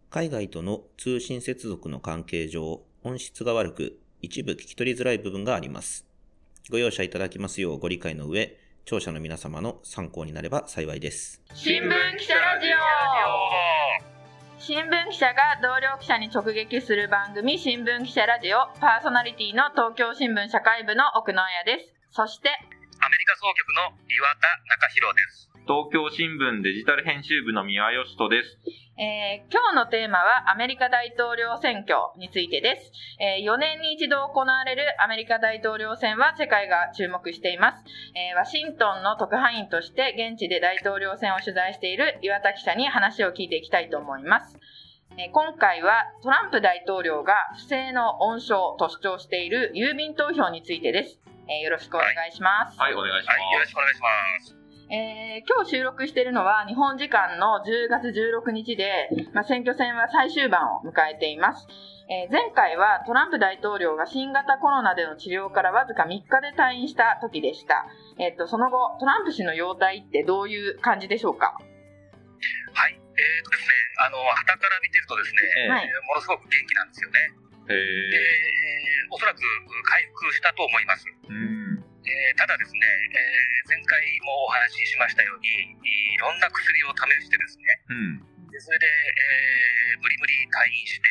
海外との通信接続の関係上、音質が悪く、一部聞き取りづらい部分があります。ご容赦いただきますようご理解の上、聴者の皆様の参考になれば幸いです。 新聞記者ラジオ。新聞記者が同僚記者に直撃する番組、新聞記者ラジオ。パーソナリティの東京新聞社会部の奥野彩です。そしてアメリカ総局の岩田中弘です。 東京新聞デジタル編集部の三輪義人です。 今日のテーマはアメリカ大統領選挙についてです。4年に一度行われるアメリカ大統領選は世界が注目しています。ワシントンの特派員として現地で大統領選を取材している岩田記者に話を聞いていきたいと思います。今回はトランプ大統領が不正の温床と主張している郵便投票についてです。よろしくお願いします。 はい、お願いします。 よろしくお願いします。 今日収録しているのは日本時間の10月16日で、選挙戦は最終盤を迎えています。前回はトランプ大統領が新型コロナでの治療からわずか3日で退院した時でした。その後トランプ氏の容体ってどういう感じでしょうか？ はい、ですね、傍から見てるとですね、ものすごく元気なんですよね。おそらく回復したと思います。ただですね、前回もお話ししましたようにいろんな薬を試してですね、でそれで、無理無理退院して、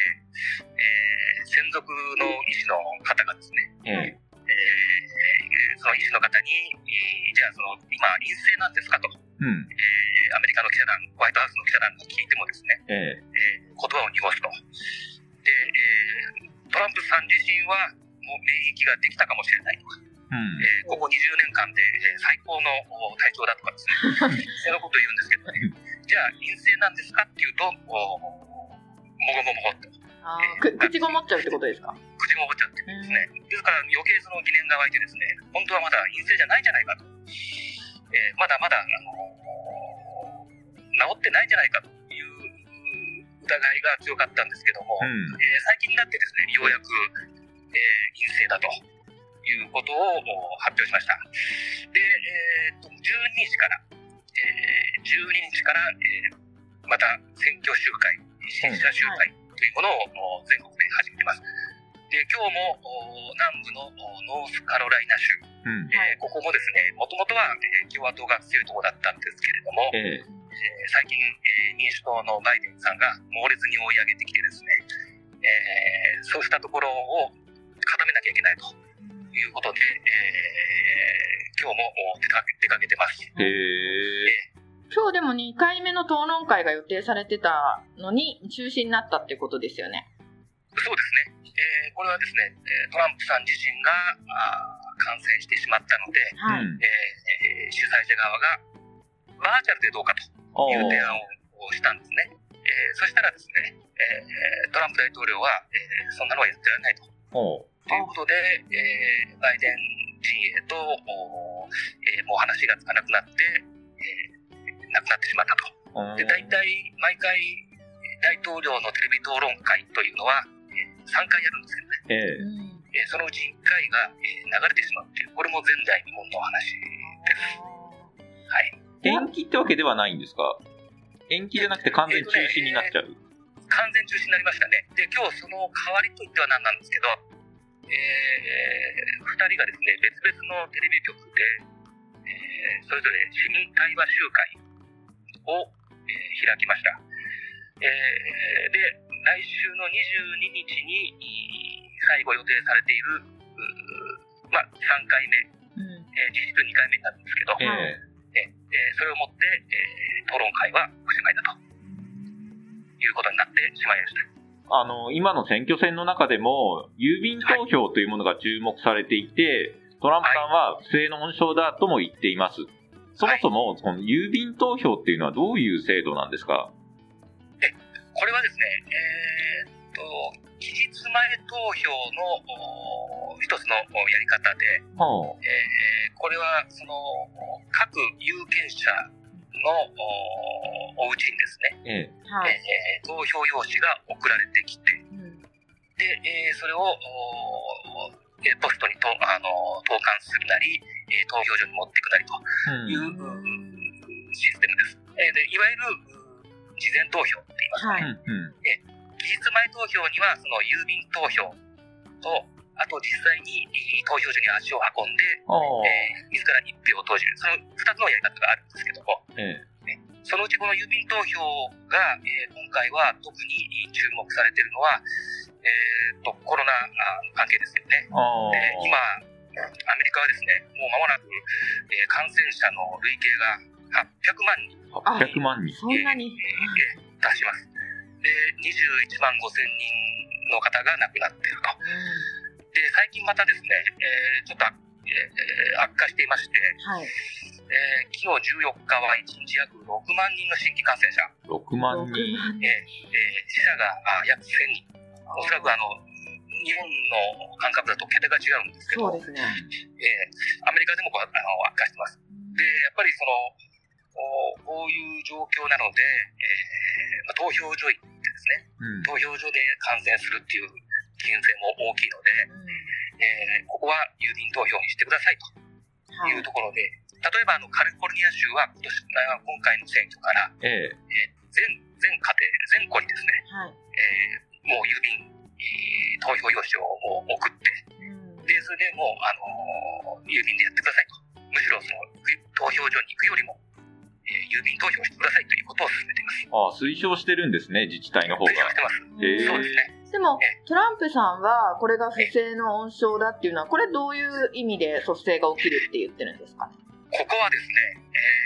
専属の医師の方がですね、その医師の方に、じゃあ今陰性なんですかと、アメリカの記者団、ホワイトハウスの記者団に聞いてもですね、言葉を濁すと。で、トランプさん自身はもう免疫ができたかもしれないとか、ここ20年間で最高の体調だとかですね、そんなことを言うんですけどね、じゃあ陰性なんですかっていうと、もごもごっと。 口ごもっちゃうってことですか？ 口ごもっちゃうってですね。ですから余計その疑念が湧いてですね、本当はまだ陰性じゃないんじゃないかと、まだまだ治ってないんじゃないかという疑いが強かったんですけども、最近になってですね、ようやく、陰性だということを発表しました。で、12日から、また選挙集会、支持者集会というものを全国で始めています。で、今日も南部のノースカロライナ州、ここもですね、もともとは共和党が強いところだったんですけれども、最近、民主党のバイデンさんが猛烈に追い上げてきてですね、そうしたところを固めなきゃいけないということで、今日も出かけてます。 今日でも2回目の討論会が予定されてたのに中止になったってことですよね。 そうですね。これはですね、トランプさん自身が感染してしまったので、主催者側がバーチャルでどうかという提案をしたんですね。そしたらですね、トランプ大統領は、そんなのはやってられないと。ということで、バイデン陣営ともう話がつかなくなって、亡くなってしまったと。で、大体毎回大統領のテレビ討論会というのは3回やるんですけどね、そのうち1回が流れてしまうという、これも前代未聞の話です。はい。 延期ってわけではないんですか？延期じゃなくて完全中止になっちゃう？ 完全中止になりましたね。で、今日その代わりといっては何なんですけど、2人がですね、別々のテレビ局で、それぞれ市民対話集会を、開きました。で、来週の22日に最後予定されている、3回目、実質2回目になるんですけど、それをもって、討論会はおしまいだということになってしまいました。 今の選挙戦の中でも郵便投票というものが注目されていて、トランプさんは不正の温床だとも言っています。そもそもこの郵便投票っていうのはどういう制度なんですか？ これはですね、期日前投票の一つのやり方で、これはその各有権者のお家にですね、投票用紙が送られてきて、で、それをポストに投函するなり、投票所に持っていくなりというシステムです。でいわゆる事前投票って言いますね。期日前投票にはその郵便投票と、あと実際に投票所に足を運んで、自ら一票を投じる、その2つのやり方があるんですけども、そのうちこの郵便投票が、今回は特に注目されているのは、コロナ関係ですよね。今、アメリカはですね、もう間もなく、感染者の累計が800万人。 そんなに達します。で、21万5千人の方が亡くなっていると。で、最近またですね、ちょっと、悪化していまして、昨日14日は1日約6万人の新規感染者。 6万人。 死者が約1000人。おそらく日本の感覚だと桁が違うんですけど、 そうですね。 アメリカでも悪化してます。で、やっぱりこういう状況なので、投票所行ってですね、投票所で感染するっていう危険性も大きいので、ここは郵便投票にしてくださいというところで、例えばカリフォルニア州は今回の選挙から、全家庭、全戸にですね、もう郵便投票用紙を送って、でそれでもう郵便でやってくださいと。むしろその投票所に行くよりも、郵便投票してくださいということを進めています。 推奨してるんですね、自治体の方が。 推奨してます。そうですね。 でも、トランプさんはこれが不正の温床だっていうのは、これどういう意味で不正が起きるって言ってるんですかね。 ここはですね、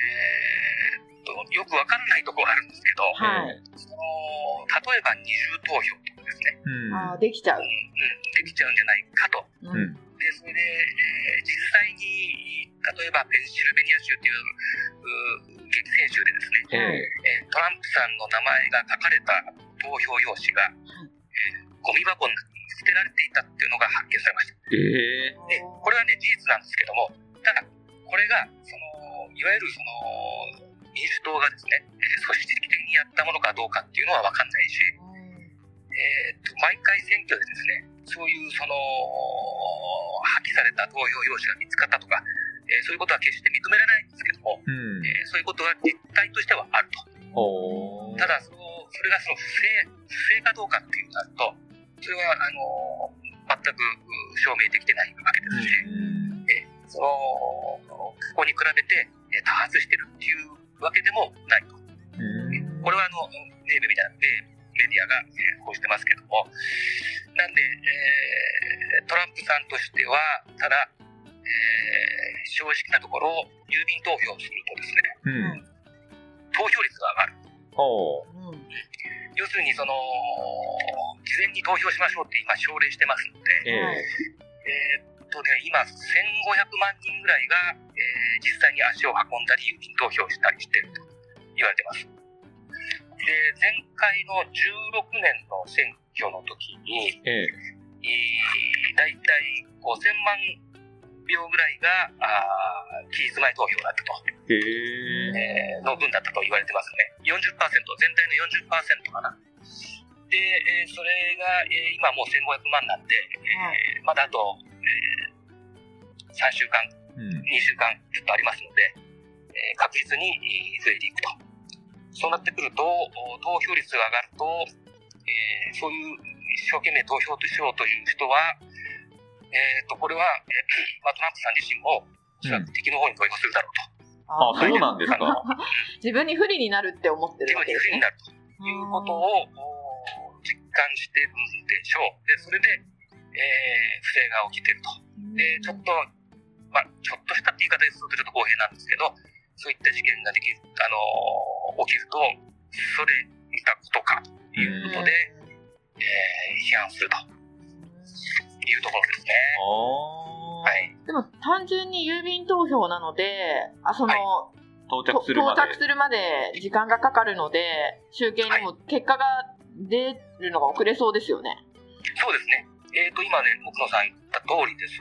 よくわからないところがあるんですけど、例えば二重投票とかですね、 できちゃう。 できちゃうんじゃないかと。でそれで、実際に例えばペンシルベニア州という激戦州でですね、トランプさんの名前が書かれた投票用紙が、ゴミ箱に捨てられていたっていうのが発見されました。でこれはね、事実なんですけども、ただこれがいわゆる民主党がですね、組織的にやったものかどうかっていうのは分かんないし、毎回選挙でですね、そういう破棄された投票用紙が見つかったとか、そういうことは決して認められないんですけども、そういうことは実態としてはあると。ただそれが不正かどうかっていうなると、それは全く証明できてないわけですし、ここに比べて多発してるっていうわけでもないと。これはメディアが報じてますけども、なんで、トランプさんとしては、ただ、正直なところ、郵便投票をするとですね、投票率が上がる。要するに事前に投票しましょうって今奨励してますので、今1500万人ぐらいが、実際に足を運んだり郵便投票したりしていると言われてます。で、前回の16年の選挙の時に、だいたい5000万票ぐらいが期日前投票だったと、の分だったと言われてますね。40%、全体の 40% かな。で、それが、今もう1500万なんで、まだあと、3週間、2週間ちょっとありますので、確実に増えていくと。そうなってくると、投票率が上がると、そういう一生懸命投票しようという人は、これは、トランプさん自身もおそらく敵の方に投票するだろうと。 そうなんですか。 自分に不利になるって思ってるわけですね。 自分に不利になるということを実感してるんでしょう。で、それで、不正が起きてると。で、ちょっとしたって言い方でするとちょっと公平なんですけど、そういった事件が起きると、それ見たことかということで、批判するというところですね。 でも単純に郵便投票なので、 到着するまで時間がかかるので、集計にも結果が出るのが遅れそうですよね。 そうですね。今ね、奥野さん言った通りです。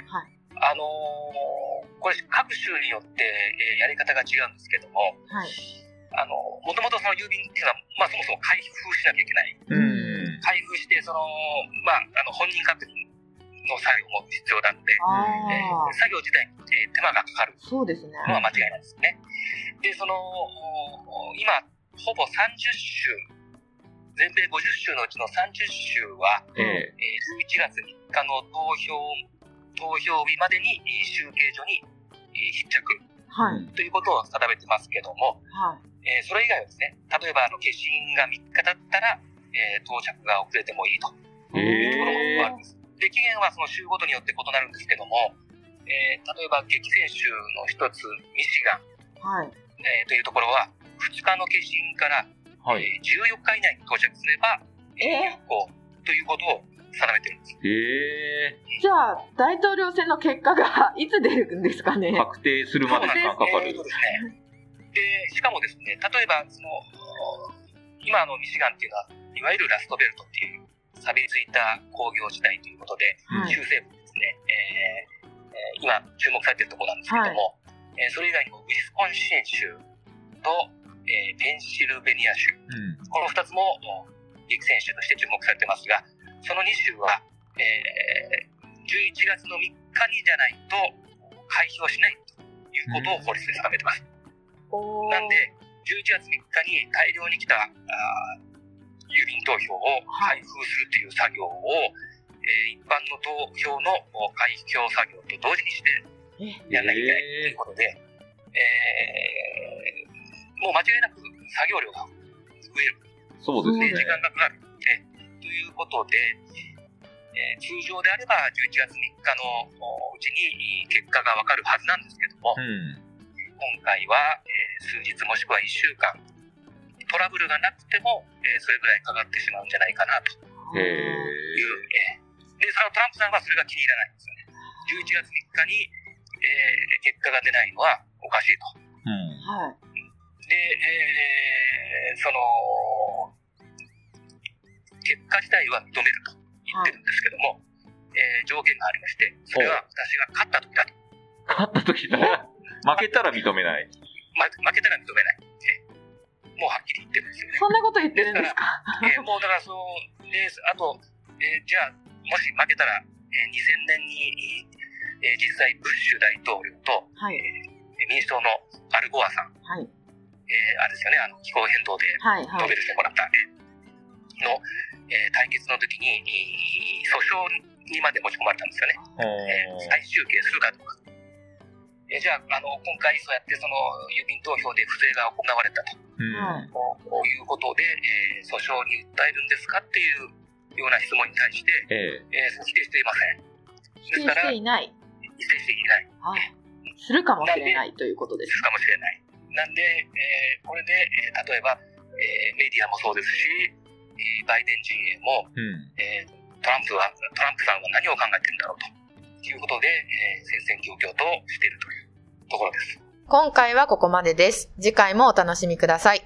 これ各州によってやり方が違うんですけども、もともとその郵便っていうのは、そもそも開封しなきゃいけない。開封して本人確認の作業も必要なので、作業自体に手間がかかるのは間違いないですね。で、今ほぼ30州、全米50州のうちの30州は、11月3日の投票日までに集計所に必着、ということを定めてますけども、それ以外はですね、例えば消印が3日だったら、到着が遅れてもいいというところもあるんです。で、期限はその州ごとによって異なるんですけども、例えば激戦州の一つミシガン、というところは2日の消印から、14日以内に到着すれば有効ということを定めてるんです。 じゃあ大統領選の結果がいつ出るんですかね。 確定するまで時間かかる。 で、しかもですね、例えば今ミシガンっていうのはいわゆるラストベルトっていう錆びついた工業地帯ということで、中西部ですね、今注目されているところなんですけども、それ以外にもウィスコンシン州と、ペンシルベニア州、この2つも激戦州として注目されていますが、その2州は、11月の3日にじゃないと開票しないということを法律で定めています。なんで11月3日に大量に来た郵便投票を開封するという作業を、一般の投票の開票作業と同時にしてやらなきゃいけないということで、もう間違いなく作業量が増える。 そうですね。 時間がかかる。ということで、通常であれば11月3日のうちに結果がわかるはずなんですけども、今回は、数日もしくは1週間トラブルがなくても、それぐらいかかってしまうんじゃないかなという、でトランプさんはそれが気に入らないんですよね。11月3日に、結果が出ないのはおかしいと。で、結果自体は認めると言ってるんですけども、条件がありまして、それは私が勝った時だと。 勝った時だ。負けたら認めない。 負けたら認めない。もうはっきり言ってるんですよね。 そんなこと言ってるんですか。 もうだからあと、じゃあもし負けたら、2000年に、実際ブッシュ大統領と、民主党のアルゴアさん、あれですよね、気候変動でノーベルしてもらった、の、対決の時に訴訟にまで持ち込まれたんですよね。再集計するかどうか。じゃあ、今回そうやって郵便投票で不正が行われたと、こういうことで、訴訟に訴えるんですかっていうような質問に対して、否定していません。 否定していない。 否定していない。 するかもしれないということです。 するかもしれない。なんで、これで、例えば、メディアもそうですし、バイデン陣営も、トランプさんは何を考えてるんだろうということで、戦々恐々としているというところです。 今回はここまでです。次回もお楽しみください。